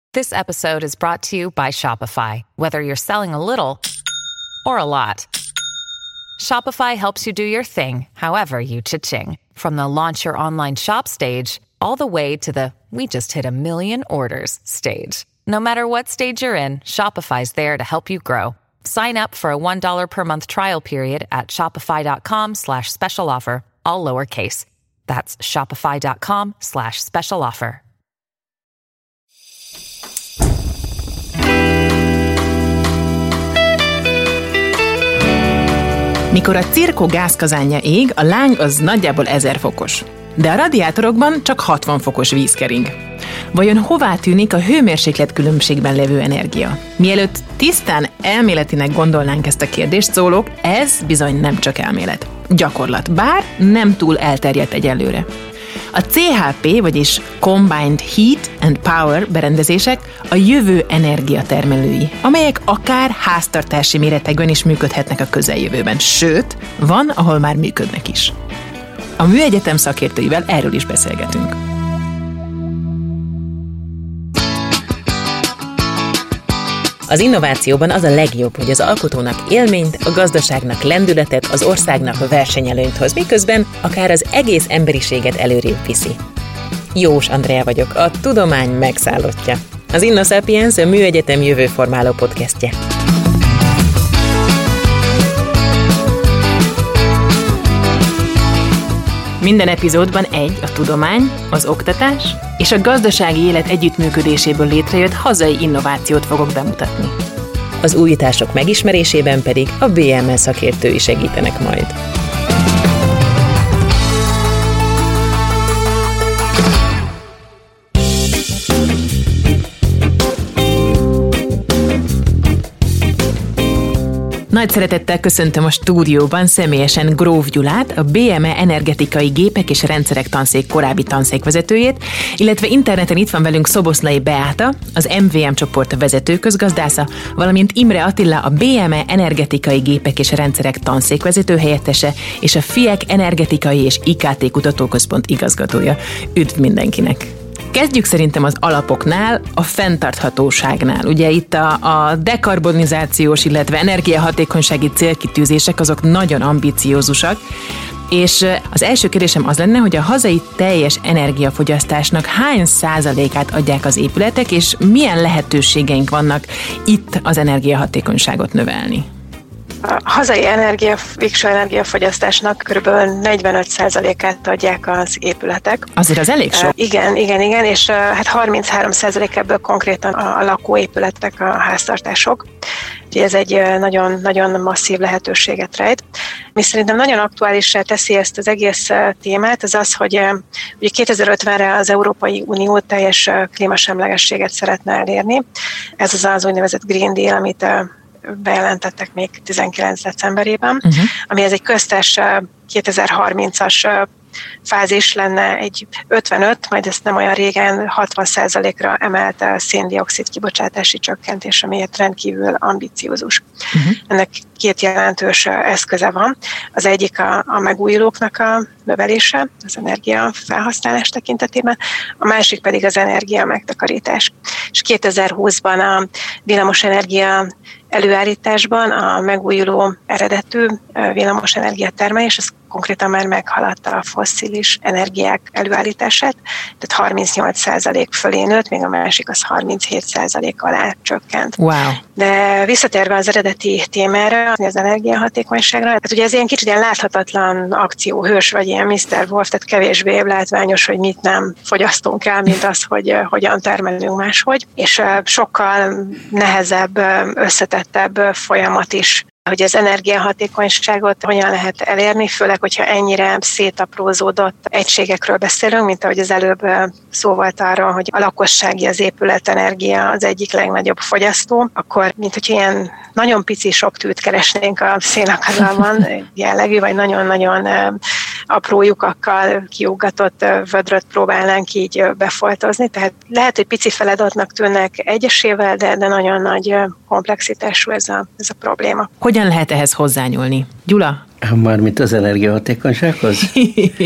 This episode is brought to you by Shopify. Whether you're selling a little or a lot, Shopify helps you do your thing, however you cha-ching. From the launch your online shop stage, all the way to the we just hit 1 million orders stage. No matter what stage you're in, Shopify's there to help you grow. Sign up for a $1 per month trial period at shopify.com/special offer, all lowercase. That's shopify.com/special offer. Mikor a cirkó gázkazánja ég, a láng az nagyjából 1000 fokos. De a radiátorokban csak 60 fokos víz kering. Vajon hová tűnik a hőmérséklet különbségben lévő energia? Mielőtt tisztán elméletinek gondolnánk ezt a kérdést, szólók, ez bizony nem csak elmélet. Gyakorlat, bár nem túl elterjedt egyelőre. A CHP, vagyis Combined Heat and Power berendezések a jövő energiatermelői, amelyek akár háztartási méretekben is működhetnek a közeljövőben, sőt, van, ahol már működnek is. A Műegyetem szakértőivel erről is beszélgetünk. Az innovációban az a legjobb, hogy az alkotónak élményt, a gazdaságnak lendületet, az országnak versenyelőnyt hoz, miközben akár az egész emberiséget előrébb viszi. Jós Andrea vagyok, a tudomány megszállottja. Az InnoSapiens a Műegyetem jövőformáló podcastje. Minden epizódban a tudomány, az oktatás és a gazdasági élet együttműködéséből létrejött hazai innovációt fogok bemutatni. Az újítások megismerésében pedig a BME szakértői segítenek majd. Nagy szeretettel köszöntöm a stúdióban személyesen Gróf Gyulát, a BME energetikai gépek és rendszerek tanszék korábbi tanszékvezetőjét, illetve interneten itt van velünk Szoboszlai Beáta, az MVM csoport vezetőközgazdásza, valamint Imre Attila, a BME energetikai gépek és rendszerek tanszékvezető helyettese, és a FIEK energetikai és IKT kutatóközpont igazgatója. Üdv mindenkinek! Kezdjük szerintem az alapoknál, a fenntarthatóságnál. Ugye itt a dekarbonizációs, illetve energiahatékonysági célkitűzések azok nagyon ambiciózusak, és az első kérdésem az lenne, hogy a hazai teljes energiafogyasztásnak hány százalékát adják az épületek, és milyen lehetőségeink vannak itt az energiahatékonyságot növelni? A hazai végső energiafogyasztásnak kb. 45%-át adják az épületek. Azért az elég sok. Igen, és hát 33% ebből konkrétan a lakóépületek, a háztartások. Úgyhogy ez egy nagyon, nagyon masszív lehetőséget rejt. Mi szerintem nagyon aktuálissá teszi ezt az egész témát, az, hogy ugye 2050-re az Európai Unió teljes klímasemlegességet szeretne elérni. Ez az úgynevezett Green Deal, amit bejelentettek még 19 decemberében, ami ez egy köztes 2030-as fázis lenne, egy 55, majd ezt nem olyan régen 60%-ra emelt a szén-dioxid kibocsátási csökkentés, amiért rendkívül ambiciózus. Ennek két jelentős eszköze van. Az egyik a megújulóknak a növelése, az energia felhasználás tekintetében, a másik pedig az energia megtakarítás. És 2020-ban a villamosenergia előállításban a megújuló eredetű villamosenergia termelés, az konkrétan már meghaladta a fosszilis energiák előállítását, tehát 38% fölé nőtt, még a másik az 37% alá csökkent. Wow. De visszatérve az eredeti témára, az energiahatékonyságra, hát ugye ez ilyen kicsit ilyen láthatatlan akcióhős, vagy ilyen Mr. Wolf, tehát kevésbé látványos, hogy mit nem fogyasztunk el, mint az, hogy hogyan termelünk máshogy, és sokkal nehezebb, összetettebb folyamat is, hogy az energiahatékonyságot hogyan lehet elérni, főleg, hogyha ennyire szétaprózódott egységekről beszélünk, mint ahogy az előbb szó volt arról, hogy a lakossági, az épületenergia az egyik legnagyobb fogyasztó, akkor, mint hogy ilyen nagyon pici sok tűt keresnénk a szénakazalban jellegű, vagy nagyon-nagyon apró lyukakkal kiugatott vödröt próbálnánk így befoltozni, tehát lehet, hogy pici feladatnak tűnnek egyesével, de nagyon nagy komplexitású ez a probléma. Hogyan lehet ehhez hozzányúlni? Gyula? Mármint az energiahatékonysághoz?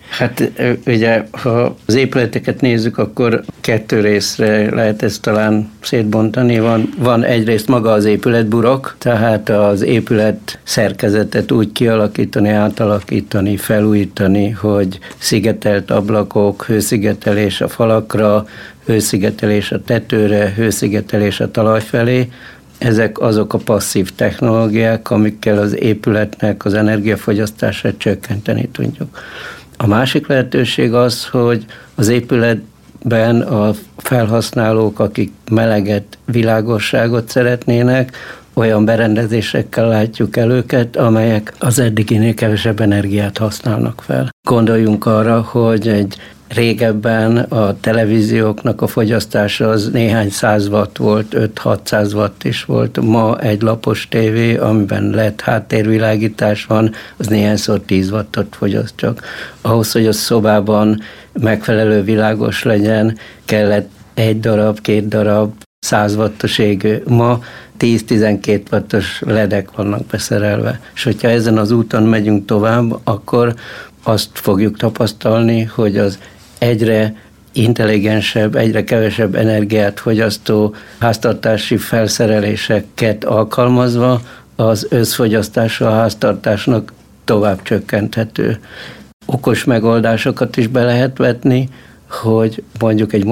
Hát ugye, ha az épületeket nézzük, akkor 2 részre lehet ezt talán szétbontani. Van egyrészt maga az épületburok, tehát az épület szerkezetet úgy kialakítani, átalakítani, felújítani, hogy szigetelt ablakok, hőszigetelés a falakra, hőszigetelés a tetőre, hőszigetelés a talaj felé. Ezek azok a passzív technológiák, amikkel az épületnek az energiafogyasztását csökkenteni tudjuk. A másik lehetőség az, hogy az épületben a felhasználók, akik meleget, világosságot szeretnének, olyan berendezésekkel látjuk el őket, amelyek az eddiginél kevesebb energiát használnak fel. Gondoljunk arra, hogy régebben a televízióknak a fogyasztása az néhány 100 watt volt, 5-600 watt is volt. Ma egy lapos tévé, amiben LED háttérvilágítás van, az néhányszor 10 wattot fogyaszt csak. Ahhoz, hogy a szobában megfelelő világos legyen, kellett 1 darab, 2 darab 100 wattos égő. Ma 10-12 wattos ledek vannak beszerelve. És hogyha ezen az úton megyünk tovább, akkor azt fogjuk tapasztalni, hogy az egyre intelligensebb, egyre kevesebb energiát fogyasztó háztartási felszereléseket alkalmazva az összfogyasztása a háztartásnak tovább csökkenthető. Okos megoldásokat is be lehet vetni, hogy mondjuk egy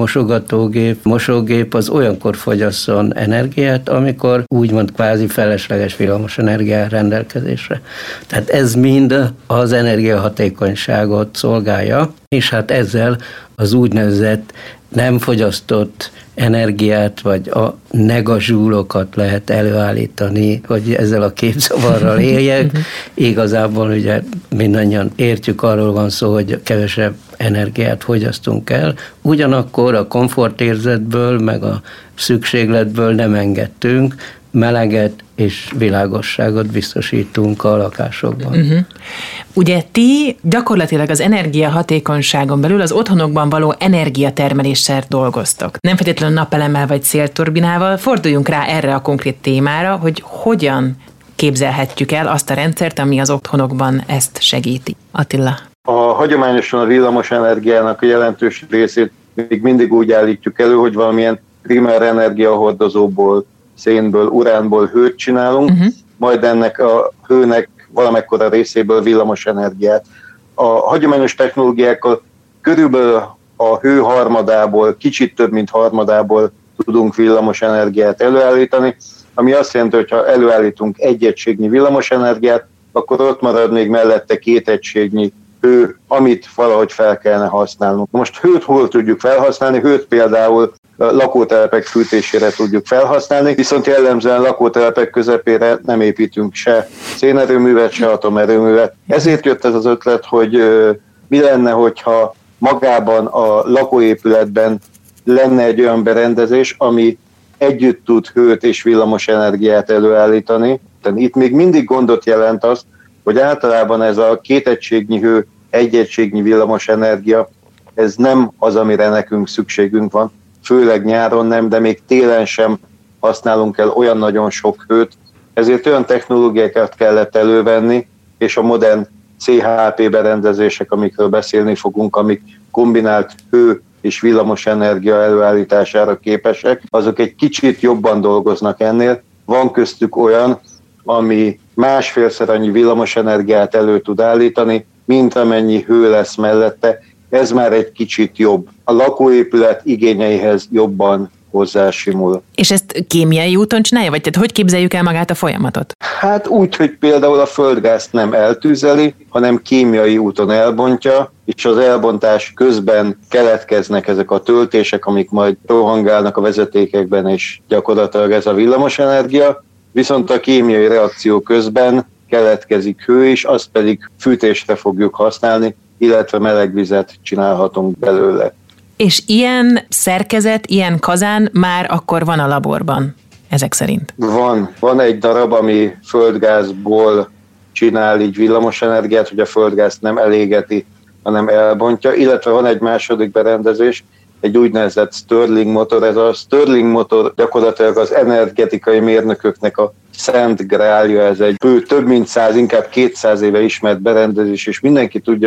mosógép az olyankor fogyasszon energiát, amikor úgymond kvázi felesleges villamos energia rendelkezésre. Tehát ez mind az energiahatékonyságot szolgálja, és hát ezzel az úgynevezett nem fogyasztott energiát, vagy a negazsúlokat lehet előállítani, hogy ezzel a képzavarral éljek. Igazából ugye mindannyian értjük, arról van szó, hogy kevesebb energiát fogyasztunk el. Ugyanakkor a komfortérzetből, meg a szükségletből nem engedtünk, meleget és világosságot biztosítunk a lakásokban. Ugye ti gyakorlatilag az energiahatékonyságon belül az otthonokban való energiatermeléssel dolgoztok. Nem feltétlenül napelemmel vagy szélturbinával, forduljunk rá erre a konkrét témára, hogy hogyan képzelhetjük el azt a rendszert, ami az otthonokban ezt segíti. Attila. Hagyományosan a villamos energiának a jelentős részét még mindig úgy állítjuk elő, hogy valamilyen primer energiahordozóból, szénből, uránból hőt csinálunk, majd ennek a hőnek valamekkora részéből villamos energiát. A hagyományos technológiákkal körülbelül a hő harmadából, kicsit több mint harmadából tudunk villamos energiát előállítani, ami azt jelenti, hogy ha előállítunk 1 egységnyi villamos energiát, akkor ott marad még mellette 2 egységnyi hő, amit valahogy fel kellene használnunk. Most hőt hol tudjuk felhasználni? Hőt például lakótelepek fűtésére tudjuk felhasználni, viszont jellemzően lakótelepek közepére nem építünk se szénerőművet, se atomerőművet. Ezért jött ez az ötlet, hogy mi lenne, hogyha magában a lakóépületben lenne egy olyan berendezés, ami együtt tud hőt és villamos energiát előállítani. Itt még mindig gondot jelent az, hogy általában ez a 2 egységnyi hő, 1 egységnyi villamos energia, ez nem az, amire nekünk szükségünk van. Főleg nyáron nem, de még télen sem használunk el olyan nagyon sok hőt, ezért olyan technológiákat kellett elővenni, és a modern CHP berendezések, amikről beszélni fogunk, amik kombinált hő és villamos energia előállítására képesek, azok egy kicsit jobban dolgoznak ennél. Van köztük olyan, ami 1,5-szer annyi villamos energiát elő tud állítani, mint amennyi hő lesz mellette. Ez már egy kicsit jobb. A lakóépület igényeihez jobban hozzásimul. És ezt kémiai úton csinálja? Vagy tehát hogy képzeljük el magát a folyamatot? Hát úgy, hogy például a földgázt nem eltűzeli, hanem kémiai úton elbontja, és az elbontás közben keletkeznek ezek a töltések, amik majd rohangálnak a vezetékekben, és gyakorlatilag ez a villamosenergia. Viszont a kémiai reakció közben keletkezik hő, és azt pedig fűtésre fogjuk használni, illetve melegvizet csinálhatunk belőle. És ilyen szerkezet, ilyen kazán már akkor van a laborban, ezek szerint? Van egy darab, ami földgázból csinál így villamosenergiát, hogy a földgázt nem elégeti, hanem elbontja, illetve van egy második berendezés, egy úgynevezett Stirling motor. Ez a Stirling motor gyakorlatilag az energetikai mérnököknek a szent grálja, ez egy több mint 100, inkább 200 éve ismert berendezés, és mindenki tudja, hogy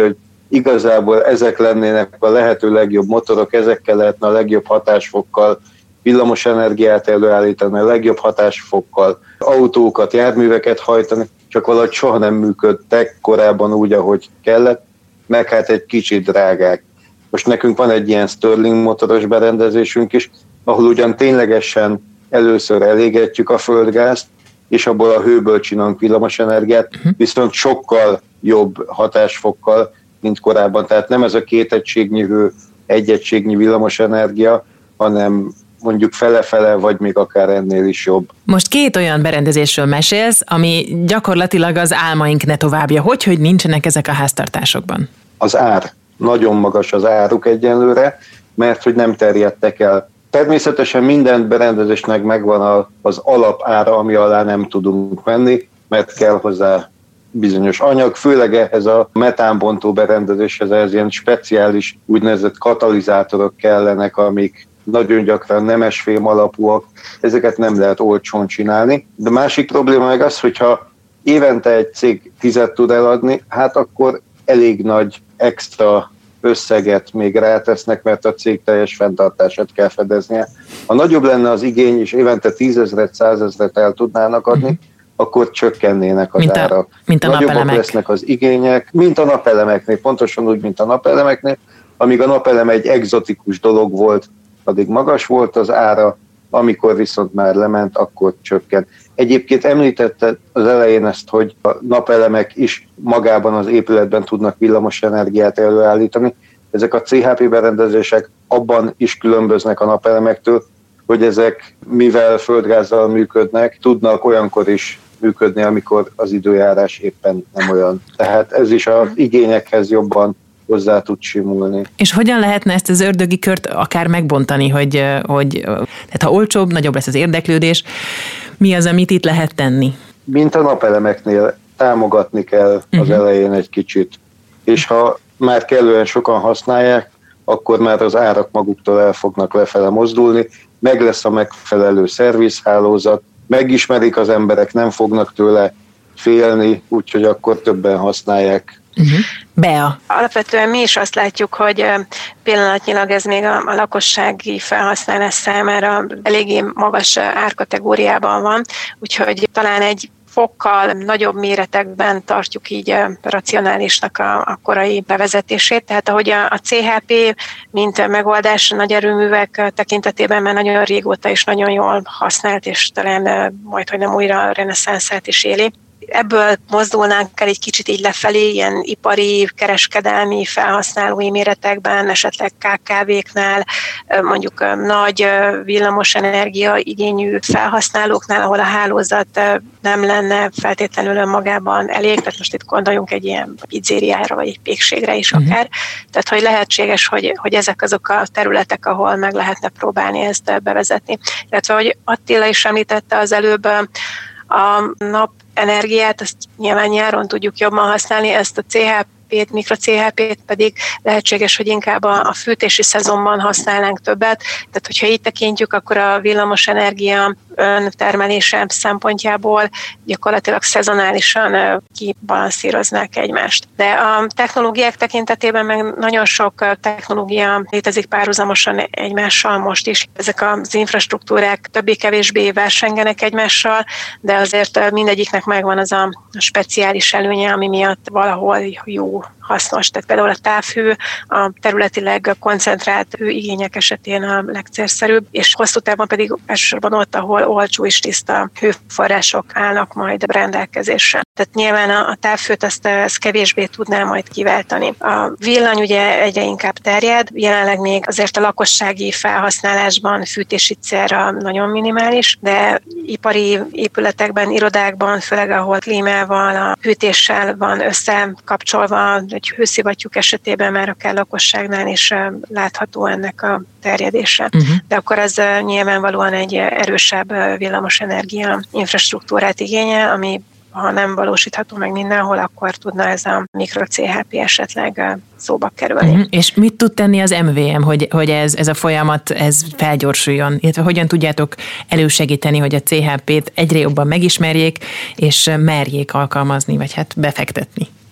igazából ezek lennének a lehető legjobb motorok, ezekkel lehetne a legjobb hatásfokkal villamos energiát előállítani, a legjobb hatásfokkal autókat, járműveket hajtani, csak valahogy soha nem működtek korábban úgy, ahogy kellett, meg hát egy kicsit drágák. Most nekünk van egy ilyen Stirling motoros berendezésünk is, ahol ugyan ténylegesen először elégetjük a földgázt, és abból a hőből csinálunk villamosenergiát, viszont sokkal jobb hatásfokkal, mint korábban. Tehát nem ez a 2 egységnyi hő, 1 egységnyi villamosenergia, hanem mondjuk fele-fele, vagy még akár ennél is jobb. Most 2 olyan berendezésről mesélsz, ami gyakorlatilag az álmaink ne továbbja. Hogy nincsenek ezek a háztartásokban? Az ár. Nagyon magas az áruk egyenlőre, mert hogy nem terjedtek el. Természetesen minden berendezésnek megvan az alapára, ami alá nem tudunk menni, mert kell hozzá bizonyos anyag, főleg ehhez a metánbontó berendezéshez, ez ilyen speciális úgynevezett katalizátorok kellenek, amik nagyon gyakran nemesfém alapúak, ezeket nem lehet olcsón csinálni. De másik probléma meg az, hogyha évente egy cég 10 tud eladni, hát akkor elég nagy extra összeget még rátesznek, mert a cég teljes fenntartását kell fedeznie. Ha nagyobb lenne az igény, és évente 10 000, 100 000 el tudnának adni, akkor csökkennének az árak. Mint a nagyobbak napelemek. lesznek az igények, mint a napelemeknél, pontosan úgy, mint a napelemeknél, amíg a napelem egy egzotikus dolog volt, addig magas volt az ára, amikor viszont már lement, akkor csökkent. Egyébként említette az elején ezt, hogy a napelemek is magában az épületben tudnak villamos energiát előállítani. Ezek a CHP berendezések abban is különböznek a napelemektől, hogy ezek, mivel földgázzal működnek, tudnak olyankor is működni, amikor az időjárás éppen nem olyan. Tehát ez is az igényekhez jobban hozzá tud simulni. És hogyan lehetne ezt az ördögi kört akár megbontani, hogy tehát ha olcsóbb, nagyobb lesz az érdeklődés, mi az, amit itt lehet tenni? Mint a napelemeknél, támogatni kell az elején egy kicsit, és ha már kellően sokan használják, akkor már az árak maguktól el fognak lefele mozdulni, meg lesz a megfelelő szervizhálózat, megismerik az emberek, nem fognak tőle félni, úgyhogy akkor többen használják. Bea. Alapvetően mi is azt látjuk, hogy pillanatnyilag ez még a lakossági felhasználás számára eléggé magas árkategóriában van, úgyhogy talán egy fokkal nagyobb méretekben tartjuk így racionálisnak a korai bevezetését. Tehát ahogy a CHP, mint megoldás nagy erőművek tekintetében már nagyon régóta is nagyon jól használt, és talán majdhogy nem újra a reneszánszát is éli. Ebből mozdulnánk el egy kicsit így lefelé, ilyen ipari, kereskedelmi, felhasználói méretekben, esetleg KKV-knál, mondjuk nagy villamosenergia igényű felhasználóknál, ahol a hálózat nem lenne feltétlenül önmagában elég, tehát most itt gondoljunk egy ilyen pizzériára, vagy egy pékségre is akár. Tehát, hogy lehetséges, hogy ezek azok a területek, ahol meg lehetne próbálni ezt bevezetni. Illetve, hogy Attila is említette az előbb, a napenergiát, ezt nyilván nyáron tudjuk jobban használni, ezt a CHP-t, mikro-CHP-t pedig lehetséges, hogy inkább a fűtési szezonban használnánk többet. Tehát, hogyha így tekintjük, akkor a villamosenergia öntermelése szempontjából gyakorlatilag szezonálisan kibalanszíroznák egymást. De a technológiák tekintetében meg nagyon sok technológia létezik párhuzamosan egymással most is. Ezek az infrastruktúrák többé-kevésbé versengenek egymással, de azért mindegyiknek megvan az a speciális előnye, ami miatt valahol jó, hasznos. Tehát például a távhő a területileg koncentrált hőigények esetén a legcélszerűbb, és hosszú távon pedig elsősorban ott, ahol olcsó és tiszta hőforrások állnak majd rendelkezésre. Tehát nyilván a távhőt ezt kevésbé tudná majd kiváltani. A villany ugye egyre inkább terjed, jelenleg még azért a lakossági felhasználásban fűtési célra nagyon minimális, de ipari épületekben, irodákban, főleg ahol klímával, a hűtéssel van összekapcsolva, egy hőszivattyúk esetében már akár lakosságnál is látható ennek a terjedése. De akkor ez nyilvánvalóan egy erősebb villamosenergia infrastruktúrát igényel, ami ha nem valósítható meg mindenhol, akkor tudna ez a mikro-CHP esetleg szóba kerülni. És mit tud tenni az MVM, hogy ez a folyamat ez felgyorsuljon? Illetve hogyan tudjátok elősegíteni, hogy a CHP-t egyre jobban megismerjék, és merjék alkalmazni, vagy hát befektetni?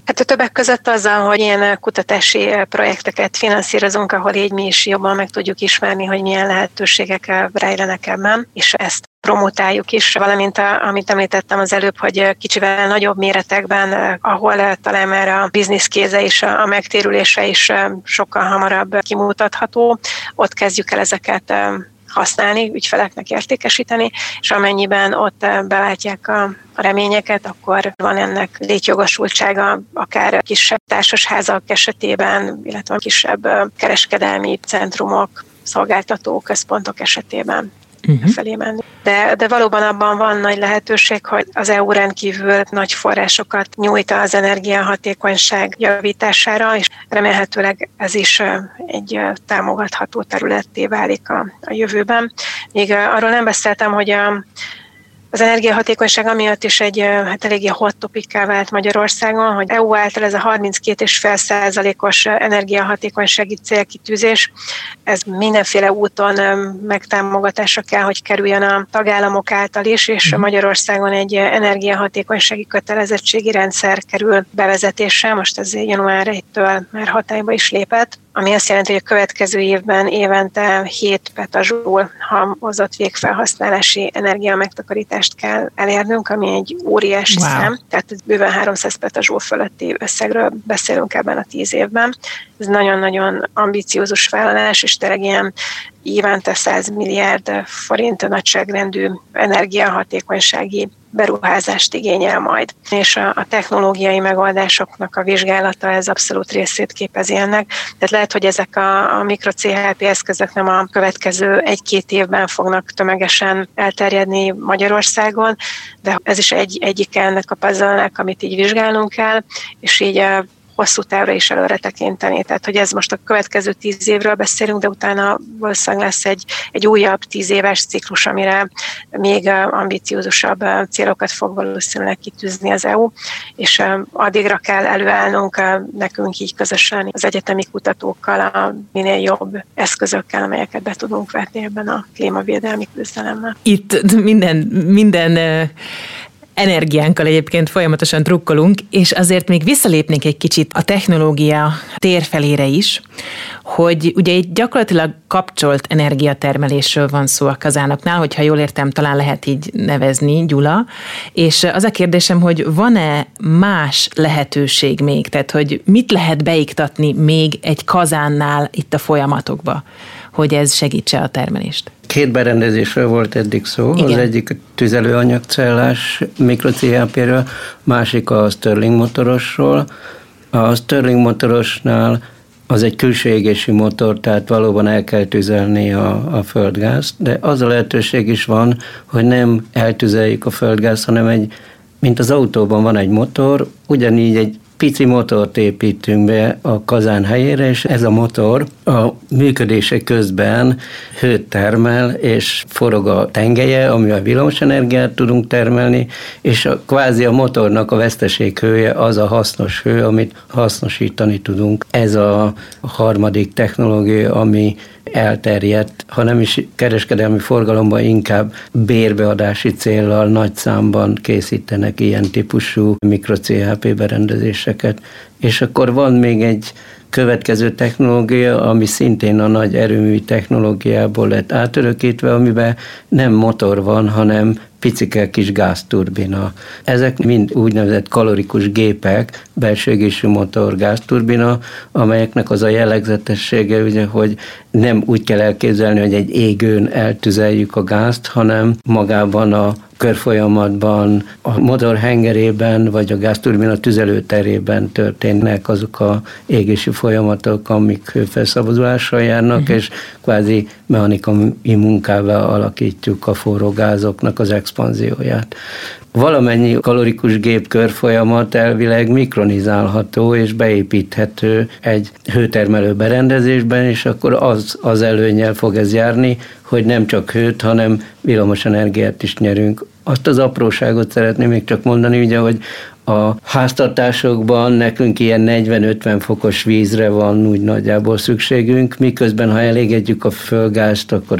Hát a többek között azzal, hogy ilyen kutatási projekteket finanszírozunk, ahol így mi is jobban meg tudjuk ismerni, hogy milyen lehetőségek rejlenek ebben, és ezt promotáljuk is, valamint amit említettem az előbb, hogy kicsivel nagyobb méretekben, ahol talán már a business case és a megtérülése is sokkal hamarabb kimutatható, ott kezdjük el ezeket használni, ügyfeleknek értékesíteni, és amennyiben ott belátják a reményeket, akkor van ennek létjogosultsága akár kisebb társasházak esetében, illetve kisebb kereskedelmi centrumok, szolgáltató központok esetében felé menni. De valóban abban van nagy lehetőség, hogy az EU rendkívül nagy forrásokat nyújt az energiahatékonyság javítására, és remélhetőleg ez is egy támogatható területté válik a jövőben. Még arról nem beszéltem, hogy az energiahatékonyság amiatt is egy eléggé hot topická vált Magyarországon, hogy EU által ez a 32,5%-os energiahatékonysági célkitűzés, ez mindenféle úton megtámogatásra kell, hogy kerüljön a tagállamok által is, és Magyarországon egy energiahatékonysági kötelezettségi rendszer kerül bevezetésre, most ez január 1-től már hatályba is lépett, ami azt jelenti, hogy a következő évben évente 7 petajoule halmozott végfelhasználási energiamegtakarítást kell elérnünk, ami egy óriási szám, tehát bőven 300 petajoule fölötti összegről beszélünk ebben a 10 évben. Ez nagyon-nagyon ambiciózus vállalás, és tényleg ilyen évente 100 milliárd forint nagyságrendű energiahatékonysági beruházást igényel majd. És a technológiai megoldásoknak a vizsgálata ez abszolút részét képezi ennek. Tehát lehet, hogy ezek a mikro-CHP eszközök nem a következő 1-2 évben fognak tömegesen elterjedni Magyarországon, de ez is egyik ennek a puzzle-nek, amit így vizsgálnunk kell, és így hosszú távra is előre tekinteni. Tehát, hogy ez most a következő 10 évről beszélünk, de utána valószínűleg lesz egy újabb 10 éves ciklus, amire még ambiciózusabb célokat fog valószínűleg kitűzni az EU, és addigra kell előállnunk nekünk így közösen az egyetemi kutatókkal a minél jobb eszközökkel, amelyeket be tudunk vetni ebben a klímavédelmi küzdelemben. Itt minden energiánkkal egyébként folyamatosan drukkolunk, és azért még visszalépnék egy kicsit a technológia térfelére is, hogy ugye egy gyakorlatilag kapcsolt energiatermelésről van szó a kazánoknál, hogyha jól értem, talán lehet így nevezni, Gyula, és az a kérdésem, hogy van-e más lehetőség még, tehát hogy mit lehet beiktatni még egy kazánnál itt a folyamatokba, hogy ez segítse a termelést? 2 berendezésről volt eddig szó. Igen. Az egyik tüzelőanyagcellás mikro-CHP-ről, másik a Stirling motorosról. A Stirling motorosnál az egy külső égési motor, tehát valóban el kell tüzelni a földgázt, de az a lehetőség is van, hogy nem eltüzeljük a földgázt, hanem mint az autóban van egy motor, ugyanígy egy pici motort építünk be a kazán helyére, és ez a motor a működése közben hőt termel, és forog a tengelye, amivel villamosenergiát tudunk termelni, és kvázi a motornak a veszteséghője az a hasznos hő, amit hasznosítani tudunk. Ez a harmadik technológia, ami elterjedt, ha nem is kereskedelmi forgalomban, inkább bérbeadási céllal nagy számban készítenek ilyen típusú mikro-CHP berendezéseket. És akkor van még egy következő technológia, ami szintén a nagy erőmű technológiából lett átörökítve, amiben nem motor van, hanem picike kis gázturbina. Ezek mind úgynevezett kalorikus gépek, belső égésű motor, gázturbina, amelyeknek az a jellegzetessége, ugye, hogy nem úgy kell elképzelni, hogy egy égőn eltüzeljük a gázt, hanem magában a körfolyamatban, a motor hengerében vagy a gázturbina tüzelőterében történnek azok a égési folyamatok, amik hőfelszabadulással járnak, és kvázi mechanikai munkává alakítjuk a forró gázoknak az expanzióját. Valamennyi kalorikus gép körfolyamat elvileg mikronizálható és beépíthető egy hőtermelő berendezésben, és akkor az előnnyel fog ez járni, hogy nem csak hőt, hanem villamosenergiát is nyerünk. Azt az apróságot szeretném még csak mondani, ugye, hogy A háztartásokban nekünk ilyen 40-50 fokos vízre van úgy nagyjából szükségünk, miközben ha elégedjük a földgázt, akkor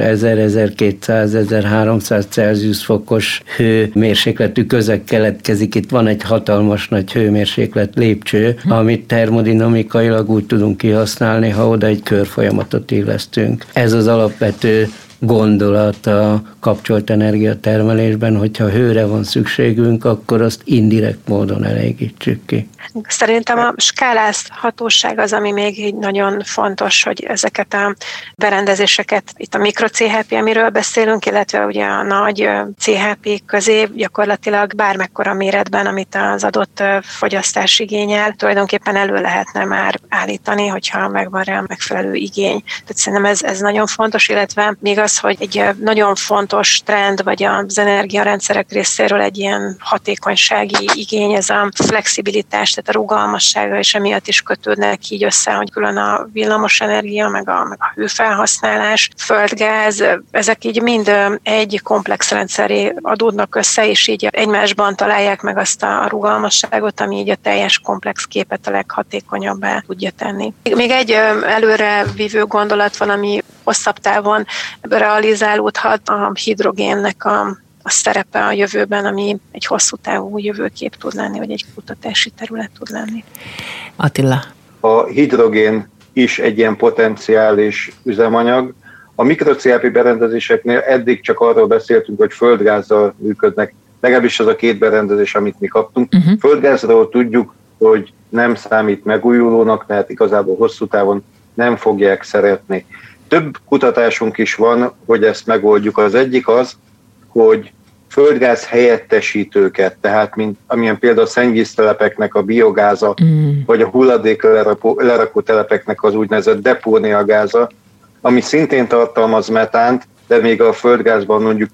1000-1200-1300 Celsius fokos hőmérsékletű közeg keletkezik. Itt van egy hatalmas nagy hőmérséklet lépcső, amit termodinamikailag úgy tudunk kihasználni, ha oda egy körfolyamatot illesztünk. Ez az alapvető gondolat a kapcsolt energiatermelésben, hogyha hőre van szükségünk, akkor azt indirekt módon elégítsük ki. Szerintem a skálázhatóság az, ami még így nagyon fontos, hogy ezeket a berendezéseket, itt a mikro-CHP, amiről beszélünk, illetve ugye a nagy CHP közé gyakorlatilag bármekkora méretben, amit az adott fogyasztás igényel, tulajdonképpen elő lehetne már állítani, hogyha megvan rá megfelelő igény. Tehát szerintem ez nagyon fontos, illetve még az, hogy egy nagyon fontos trend, vagy az energiarendszerek részéről egy ilyen hatékonysági igény, ez a flexibilitás, tehát a rugalmassága, és emiatt is kötődnek így össze, hogy külön a villamosenergia, meg a hőfelhasználás, földgáz, ezek így mind egy komplex rendszeré adódnak össze, és így egymásban találják meg azt a rugalmasságot, ami így a teljes komplex képet a leghatékonyabbá tudja tenni. Még egy előre vívő gondolat van, ami hosszabb távon realizálódhat, a hidrogénnek a szerepe a jövőben, ami egy hosszú távú jövőkép tud lenni, vagy egy kutatási terület tud lenni. Attila. A hidrogén is egy ilyen potenciális üzemanyag. A mikro-CHP berendezéseknél eddig csak arról beszéltünk, hogy földgázzal működnek, legalábbis az a két berendezés, amit mi kaptunk. Földgázról tudjuk, hogy nem számít megújulónak, tehát igazából hosszú távon nem fogják szeretni. Több kutatásunk is van, hogy ezt megoldjuk. Az egyik az, hogy földgáz helyettesítőket, tehát amilyen például a szennyvíztelepeknek a biogáza, vagy a hulladék lerakó telepeknek az úgynevezett depóniagáza, ami szintén tartalmaz metánt, de még a földgázban mondjuk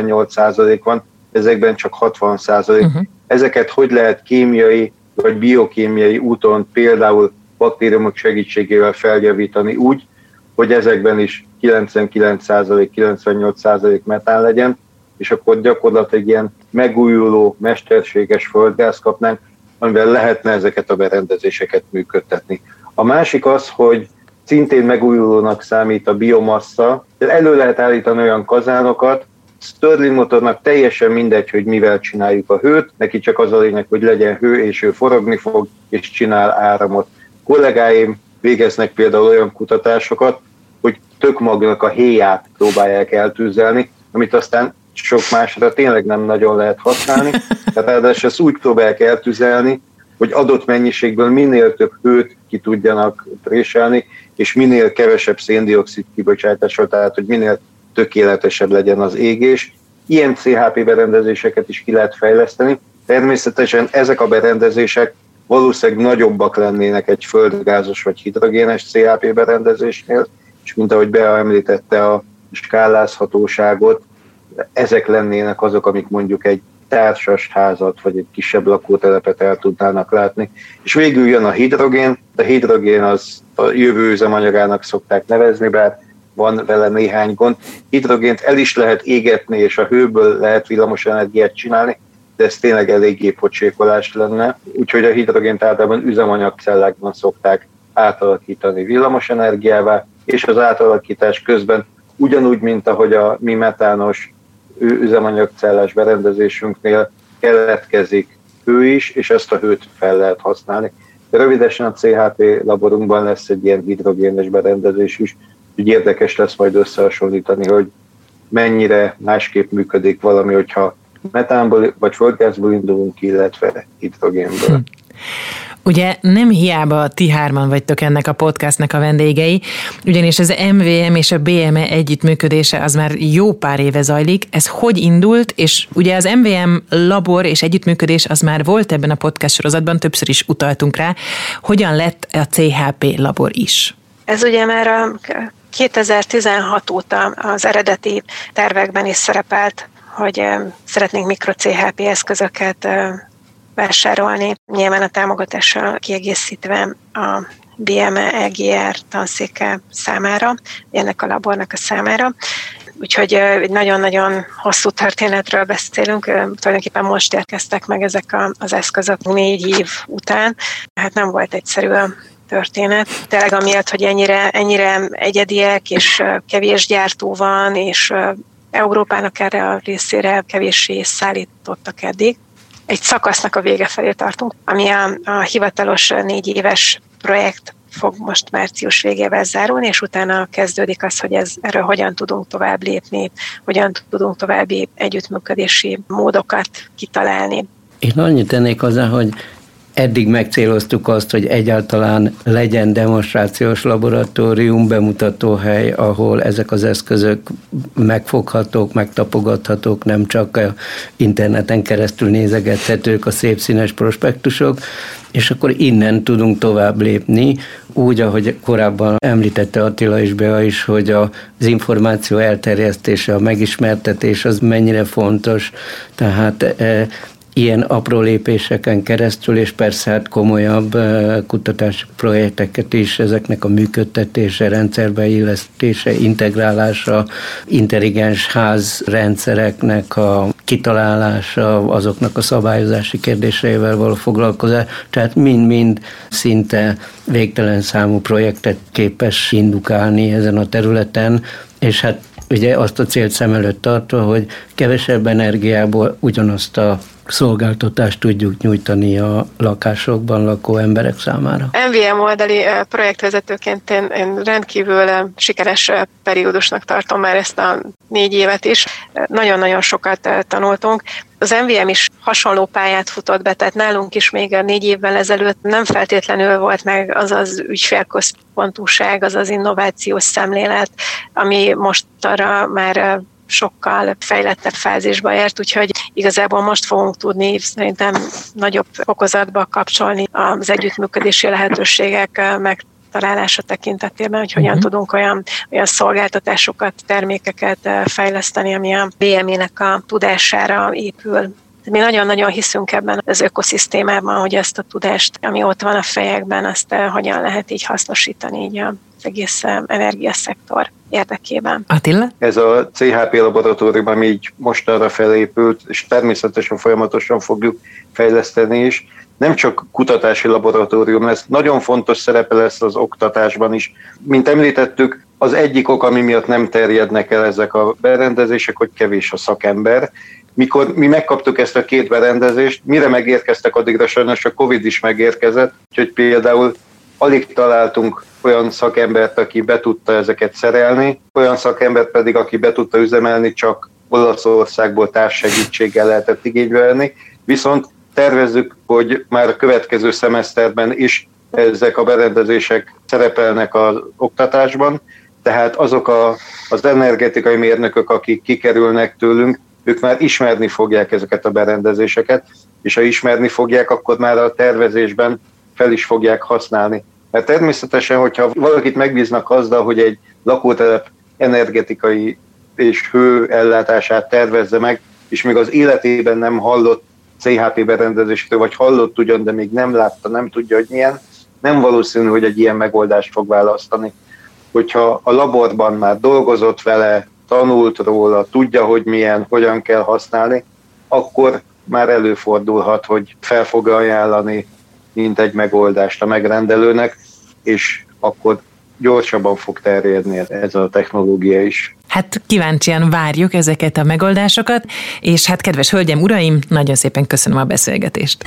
98% van, ezekben csak 60%. Ezeket hogy lehet kémiai vagy biokémiai úton, például baktériumok segítségével feljavítani úgy, hogy ezekben is 99%, 98% metán legyen, és akkor gyakorlatilag ilyen megújuló, mesterséges földgáz kapnánk, amivel lehetne ezeket a berendezéseket működtetni. A másik az, hogy szintén megújulónak számít a biomassa. Elő lehet állítani olyan kazánokat, Stirling motornak teljesen mindegy, hogy mivel csináljuk a hőt, neki csak az a lényeg, hogy legyen hő, és ő forogni fog, és csinál áramot. Kollégáim végeznek például olyan kutatásokat, hogy tökmagnak a héját próbálják eltűzelni, amit aztán sok másra tényleg nem nagyon lehet használni. Tehát ráadásul ezt úgy próbálják eltűzelni, hogy adott mennyiségből minél több hőt ki tudjanak préselni, és minél kevesebb széndioxid kibocsátásra, tehát hogy minél tökéletesebb legyen az égés. Ilyen CHP berendezéseket is ki lehet fejleszteni. Természetesen ezek a berendezések valószínűleg nagyobbak lennének egy földgázos vagy hidrogénes CHP berendezésnél, és mint ahogy Bea említette a skálázhatóságot, ezek lennének azok, amik mondjuk egy társas házat vagy egy kisebb lakótelepet el tudnának látni. És végül jön a hidrogén, de hidrogén az a jövő üzemanyagának szokták nevezni, bár van vele néhány gond. Hidrogént el is lehet égetni, és a hőből lehet villamosenergiát csinálni, de ez tényleg eléggé pocsékolás lenne. Úgyhogy a hidrogént általában üzemanyagcellákban szokták átalakítani villamosenergiává, és az átalakítás közben ugyanúgy, mint ahogy a mi metános üzemanyagcellás berendezésünknél keletkezik hő is, és ezt a hőt fel lehet használni. Rövidesen a CHP laborunkban lesz egy ilyen hidrogénes berendezés is, úgy érdekes lesz majd összehasonlítani, hogy mennyire másképp működik valami, hogyha metánból vagy földgázból indulunk, illetve hidrogénből. Ugye nem hiába ti hárman vagytok ennek a podcastnak a vendégei, ugyanis az MVM és a BME együttműködése az már jó pár éve zajlik. Ez hogy indult, és ugye az MVM labor és együttműködés az már volt ebben a podcast sorozatban, többször is utaltunk rá. Hogyan lett a CHP labor is? Ez ugye már a 2016 óta az eredeti tervekben is szerepelt, hogy szeretnénk mikro-CHP eszközöket vásárolni. Nyilván a támogatással kiegészítve a BME EGR tanszéke számára, ennek a labornak a számára. Úgyhogy egy nagyon-nagyon hosszú történetről beszélünk. Tulajdonképpen most érkeztek meg ezek az eszközök 4 év után. Hát nem volt egyszerű a történet. Tényleg amiatt, hogy ennyire egyediek, és kevés gyártó van, és Európának erre a részére kevéssé szállítottak eddig. Egy szakasznak a vége felé tartunk, ami a hivatalos 4 éves projekt fog most március végével zárulni, és utána kezdődik az, hogy erről hogyan tudunk tovább lépni, hogyan tudunk további együttműködési módokat kitalálni. Én annyit tennék hozzá, hogy eddig megcéloztuk azt, hogy egyáltalán legyen demonstrációs laboratórium, bemutatóhely, ahol ezek az eszközök megfoghatók, megtapogathatók, nem csak interneten keresztül nézegethetők a szép színes prospektusok, és akkor innen tudunk tovább lépni, úgy, ahogy korábban említette Attila és Bea is, hogy az információ elterjesztése, a megismertetés az mennyire fontos, tehát ilyen apró lépéseken keresztül, és persze hát komolyabb kutatási projekteket is, ezeknek a működtetése, rendszerbeillesztése, integrálása, intelligens házrendszereknek a kitalálása, azoknak a szabályozási kérdéseivel való foglalkozás, tehát mind-mind szinte végtelen számú projektet képes indukálni ezen a területen, és hát ugye azt a célt szem előtt tartva, hogy kevesebb energiából ugyanazt a szolgáltatást tudjuk nyújtani a lakásokban lakó emberek számára. MVM oldali projektvezetőként én rendkívül sikeres periódusnak tartom már ezt a 4 évet is. Nagyon-nagyon sokat tanultunk. Az MVM is hasonló pályát futott be, tehát nálunk is még 4 évvel ezelőtt nem feltétlenül volt meg az az ügyfélközpontúság, az az innovációs szemlélet, ami most arra már sokkal fejlettebb fázisba ért, úgyhogy igazából most fogunk tudni szerintem nagyobb fokozatba kapcsolni az együttműködési lehetőségek megtalálása tekintetében, hogy hogyan tudunk olyan szolgáltatásokat, termékeket fejleszteni, ami a BME-nek a tudására épül. Mi nagyon-nagyon hiszünk ebben az ökoszisztémában, hogy ezt a tudást, ami ott van a fejekben, azt hogyan lehet így hasznosítani így az egész energiaszektor érdekében. Attila? Ez a CHP laboratórium, ami így most arra felépült, és természetesen folyamatosan fogjuk fejleszteni is, nem csak kutatási laboratórium lesz, nagyon fontos szerepe lesz az oktatásban is. Mint említettük, az egyik ok, ami miatt nem terjednek el ezek a berendezések, hogy kevés a szakember. Mikor mi megkaptuk ezt a 2 berendezést, mire megérkeztek, addigra sajnos a Covid is megérkezett, úgyhogy például alig találtunk olyan szakembert, aki be tudta ezeket szerelni, olyan szakembert pedig, aki be tudta üzemelni, csak Olaszországból társsegítséggel lehetett igénybe venni. Viszont tervezzük, hogy már a következő szemeszterben is ezek a berendezések szerepelnek az oktatásban, tehát azok az energetikai mérnökök, akik kikerülnek tőlünk, ők már ismerni fogják ezeket a berendezéseket, és ha ismerni fogják, akkor már a tervezésben fel is fogják használni. Mert természetesen, hogyha valakit megbíznak azzal, hogy egy lakótelep energetikai és hő ellátását tervezze meg, és még az életében nem hallott CHP berendezésről, vagy hallott ugyan, de még nem látta, nem tudja, hogy milyen, nem valószínű, hogy egy ilyen megoldást fog választani. Hogyha a laborban már dolgozott vele, tanult róla, tudja, hogy milyen, hogyan kell használni, akkor már előfordulhat, hogy fel fog ajánlani mint egy megoldást a megrendelőnek, és akkor gyorsabban fog terjedni ez a technológia is. Hát kíváncsian várjuk ezeket a megoldásokat, és hát kedves hölgyem, uraim, nagyon szépen köszönöm a beszélgetést.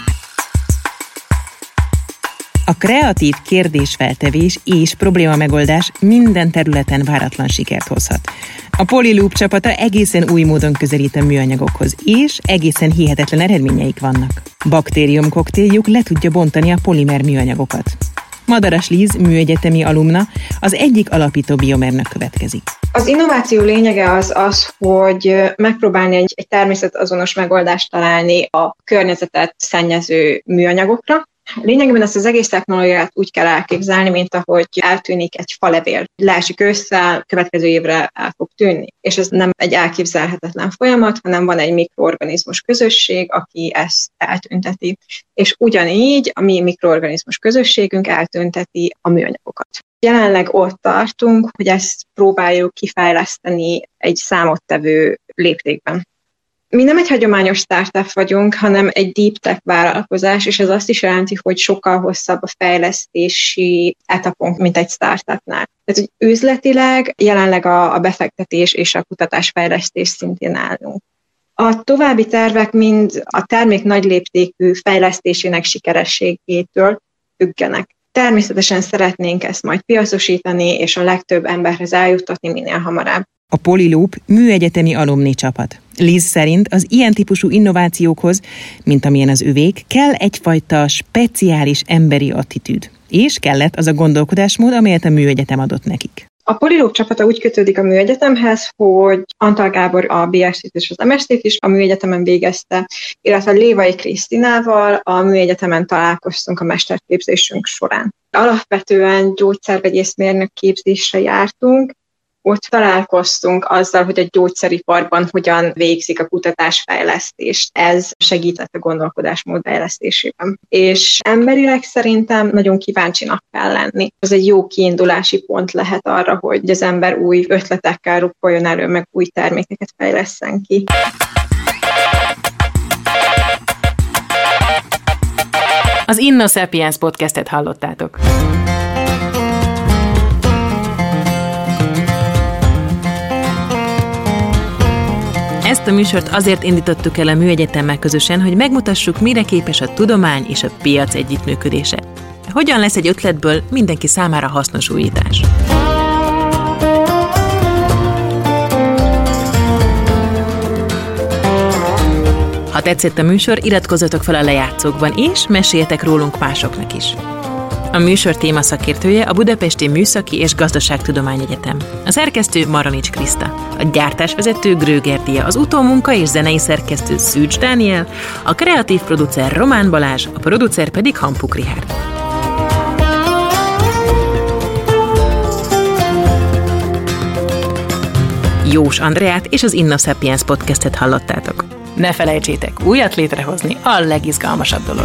A kreatív kérdésfeltevés és problémamegoldás minden területen váratlan sikert hozhat. A Polyloop csapata egészen új módon közelít a műanyagokhoz, és egészen hihetetlen eredményeik vannak. Baktériumkoktéljuk le tudja bontani a polimer műanyagokat. Madaras Líz, műegyetemi alumna, az egyik alapító biomérnök következik. Az innováció lényege az, hogy megpróbálni egy természetazonos megoldást találni a környezetet szennyező műanyagokra. Lényegében ezt az egész technológiát úgy kell elképzelni, mint ahogy eltűnik egy falevél. Leesik ősszel, következő évre el fog tűnni. És ez nem egy elképzelhetetlen folyamat, hanem van egy mikroorganizmus közösség, aki ezt eltünteti. És ugyanígy a mi mikroorganizmus közösségünk eltünteti a műanyagokat. Jelenleg ott tartunk, hogy ezt próbáljuk kifejleszteni egy számottevő léptékben. Mi nem egy hagyományos startup vagyunk, hanem egy deep tech vállalkozás, és ez azt is jelenti, hogy sokkal hosszabb a fejlesztési etapunk, mint egy startupnál. Tehát, hogy üzletileg jelenleg a befektetés és a kutatásfejlesztés szintén állunk. A további tervek mind a termék nagy léptékű fejlesztésének sikerességétől függenek. Természetesen szeretnénk ezt majd piacosítani, és a legtöbb emberhez eljuttatni minél hamarabb. A Polyloop műegyetemi alumni csapat. Liz szerint az ilyen típusú innovációkhoz, mint amilyen az övék, kell egyfajta speciális emberi attitűd. És kellett az a gondolkodásmód, amelyet a műegyetem adott nekik. A Polyloop csapata úgy kötődik a műegyetemhez, hogy Antal Gábor a BSC-t és az MST-t is a műegyetemen végezte, illetve Lévai Krisztinával a műegyetemen találkoztunk a mesterképzésünk során. Alapvetően gyógyszervegyészmérnök képzésre jártunk, ott találkoztunk azzal, hogy a gyógyszeriparban hogyan végzik a kutatásfejlesztést. Ez segített a gondolkodásmód fejlesztésében. És emberileg szerintem nagyon kíváncsinak kell lenni. Ez egy jó kiindulási pont lehet arra, hogy az ember új ötletekkel rukkoljon elő, meg új termékeket fejlesszen ki. Az InnoSapiens podcastet hallottátok. Ezt a műsort azért indítottuk el a Műegyetemmel közösen, hogy megmutassuk, mire képes a tudomány és a piac együttműködése. Hogyan lesz egy ötletből mindenki számára hasznos újítás. Ha tetszett a műsor, iratkozzatok fel a lejátszókban, és meséljetek rólunk másoknak is. A műsor témaszakértője a Budapesti Műszaki és Gazdaságtudományegyetem. A szerkesztő Maronics Kriszta, a gyártásvezető Gröger Dia, az utómunka és zenei szerkesztő Szűcs Dániel, a kreatív producer Román Balázs, a producer pedig Hampuk Richárd. Jós Andreát és az InnoSapiens podcastet hallottátok. Ne felejtsétek, újat létrehozni a legizgalmasabb dolog.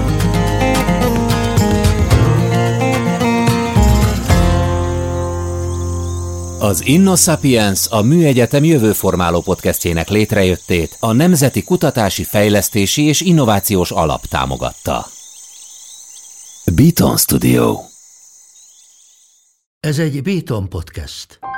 Az InnoSapiens a Műegyetem jövőformáló podcastjének létrejöttét a Nemzeti Kutatási Fejlesztési és Innovációs Alap támogatta. Beaton Studio. Ez egy Beaton podcast.